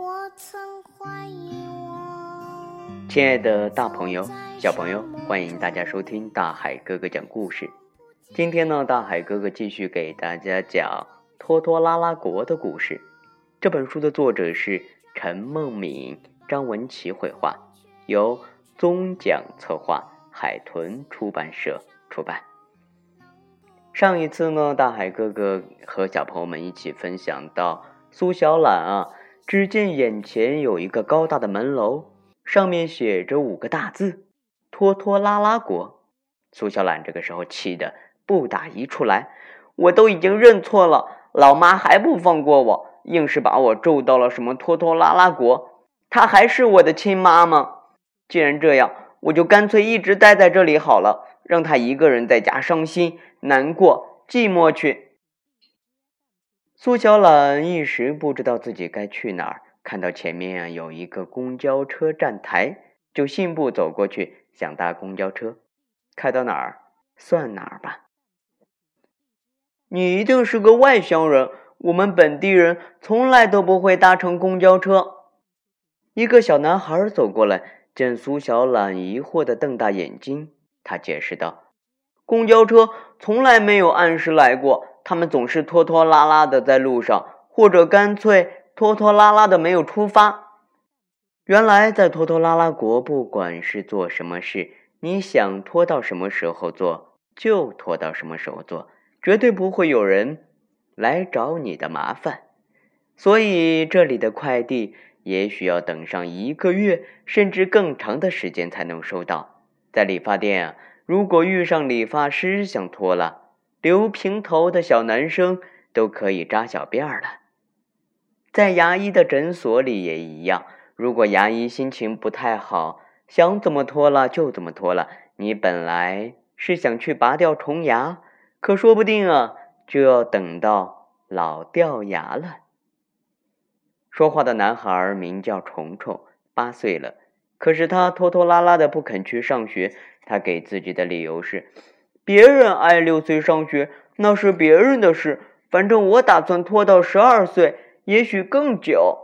亲爱的大朋友小朋友，欢迎大家收听大海哥哥讲故事。今天呢，大海哥哥继续给大家讲拖拖拉拉国的故事。这本书的作者是陈梦敏、张文琪绘画，由宗讲策划，海豚出版社出版。上一次呢，大海哥哥和小朋友们一起分享到苏小懒只见眼前有一个高大的门楼，上面写着5个大字：拖拖拉拉国。苏小懒这个时候气得不打一处来，我都已经认错了，老妈还不放过我，硬是把我咒到了什么拖拖拉拉国，她还是我的亲妈吗？既然这样，我就干脆一直待在这里好了，让她一个人在家伤心难过寂寞去。苏小懒一时不知道自己该去哪儿，看到前面有一个公交车站台，就信步走过去，想搭公交车，开到哪儿算哪儿吧。你一定是个外乡人，我们本地人从来都不会搭乘公交车。一个小男孩走过来，见苏小懒疑惑地瞪大眼睛，他解释道：公交车从来没有按时来过，他们总是拖拖拉拉的在路上，或者干脆拖拖拉拉的没有出发。原来在拖拖拉拉国，不管是做什么事，你想拖到什么时候做就拖到什么时候做，绝对不会有人来找你的麻烦。所以这里的快递也许要等上1个月甚至更长的时间才能收到。在理发店如果遇上理发师想拖了，留平头的小男生都可以扎小辫了。在牙医的诊所里也一样，如果牙医心情不太好，想怎么拖了就怎么拖了，你本来是想去拔掉虫牙，可说不定就要等到老掉牙了。说话的男孩名叫虫虫，8岁了，可是他拖拖拉拉的不肯去上学。他给自己的理由是，别人爱6岁上学，那是别人的事，反正我打算拖到12岁，也许更久。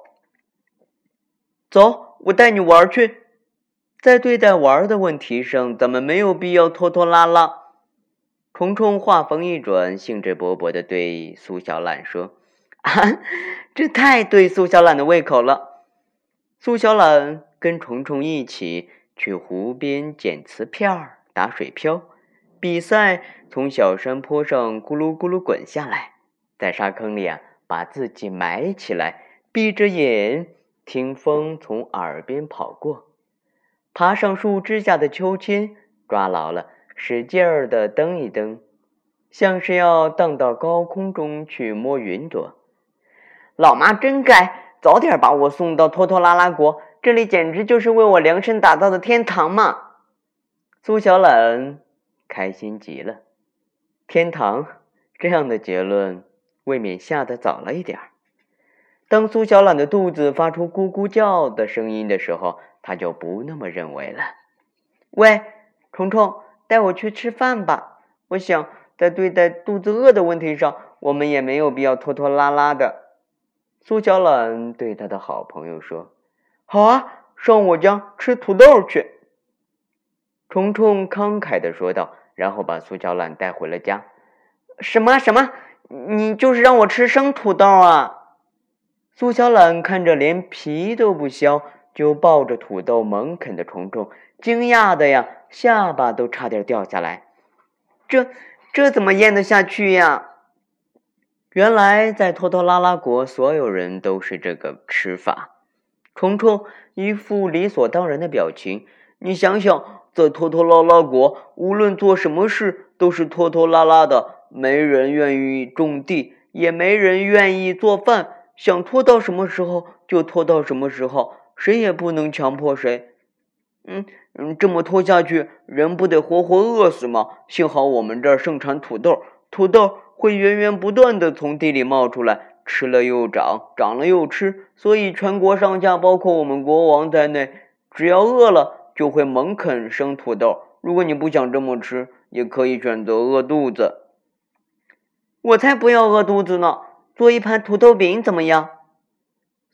走，我带你玩去。在对待玩的问题上，咱们没有必要拖拖拉拉。虫虫话锋一转，兴致勃勃地对苏小懒说：这太对苏小懒的胃口了。苏小懒跟虫虫一起去湖边捡瓷片打水漂，比赛从小山坡上咕噜咕噜滚下来，在沙坑里把自己埋起来，闭着眼听风从耳边跑过，爬上树枝下的秋千，抓牢了使劲儿地蹬一蹬，像是要荡到高空中去摸云朵。老妈真该早点把我送到拖拖拉拉国，这里简直就是为我量身打造的天堂嘛。苏小懒开心极了。天堂，这样的结论未免下得早了一点。当苏小懒的肚子发出咕咕叫的声音的时候，他就不那么认为了。喂，虫虫，带我去吃饭吧。我想在对待肚子饿的问题上，我们也没有必要拖拖拉拉的。苏小懒对他的好朋友说：好啊，上我家吃土豆去。虫虫慷慨地说道，然后把苏小懒带回了家。什么？你就是让我吃生土豆啊？苏小懒看着连皮都不削就抱着土豆猛啃的虫虫，惊讶的下巴都差点掉下来。这怎么咽得下去呀？原来在拖拖拉拉国，所有人都是这个吃法。虫虫一副理所当然的表情，你想想，在拖拖拉拉国，无论做什么事都是拖拖拉拉的，没人愿意种地，也没人愿意做饭，想拖到什么时候就拖到什么时候，谁也不能强迫谁。这么拖下去，人不得活活饿死吗？幸好我们这儿盛产土豆，土豆会源源不断地从地里冒出来，吃了又长，长了又吃，所以全国上下包括我们国王在内，只要饿了就会猛啃生土豆。如果你不想这么吃，也可以选择饿肚子。我才不要饿肚子呢，做一盘土豆饼怎么样？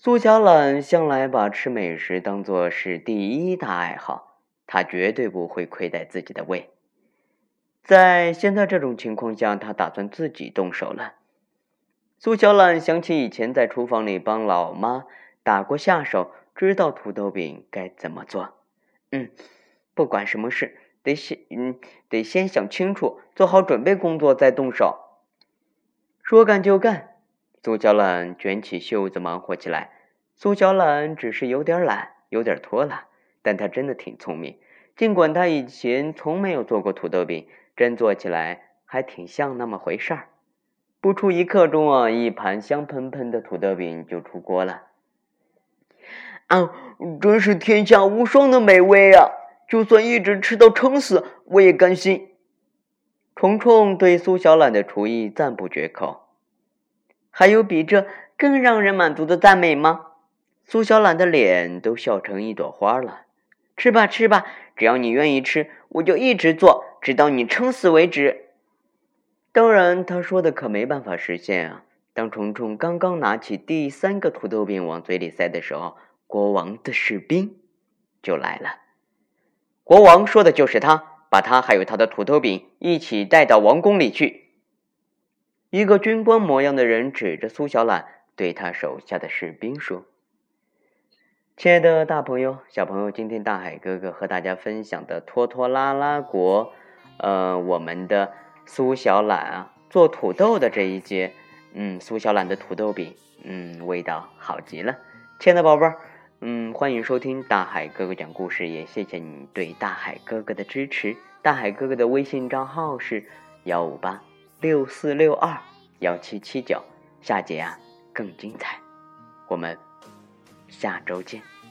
苏小懒向来把吃美食当作是第一大爱好，他绝对不会亏待自己的胃。在现在这种情况下，他打算自己动手了。苏小懒想起以前在厨房里帮老妈打过下手，知道土豆饼该怎么做。不管什么事，得先想清楚，做好准备工作再动手。说干就干，苏小懒卷起袖子忙活起来。苏小懒只是有点懒，有点拖拉，但他真的挺聪明。尽管他以前从没有做过土豆饼，真做起来还挺像那么回事儿。不出1刻钟一盘香喷喷的土豆饼就出锅了。真是天下无双的美味啊！就算一直吃到撑死，我也甘心。虫虫对苏小懒的厨艺赞不绝口。还有比这更让人满足的赞美吗？苏小懒的脸都笑成一朵花了。吃吧吃吧，只要你愿意吃，我就一直做，直到你撑死为止。当然，他说的可没办法实现啊。当虫虫刚刚拿起第3个土豆饼往嘴里塞的时候，国王的士兵就来了。国王说的就是他，把他还有他的土豆饼一起带到王宫里去。一个军官模样的人指着苏小懒，对他手下的士兵说：亲爱的大朋友小朋友，今天大海哥哥和大家分享的拖拖拉拉国我们的苏小懒做土豆的这一节，苏小懒的土豆饼味道好极了。亲爱的宝贝儿，欢迎收听大海哥哥讲故事，也谢谢你对大海哥哥的支持。大海哥哥的微信账号是15864621779，下节更精彩，我们下周见。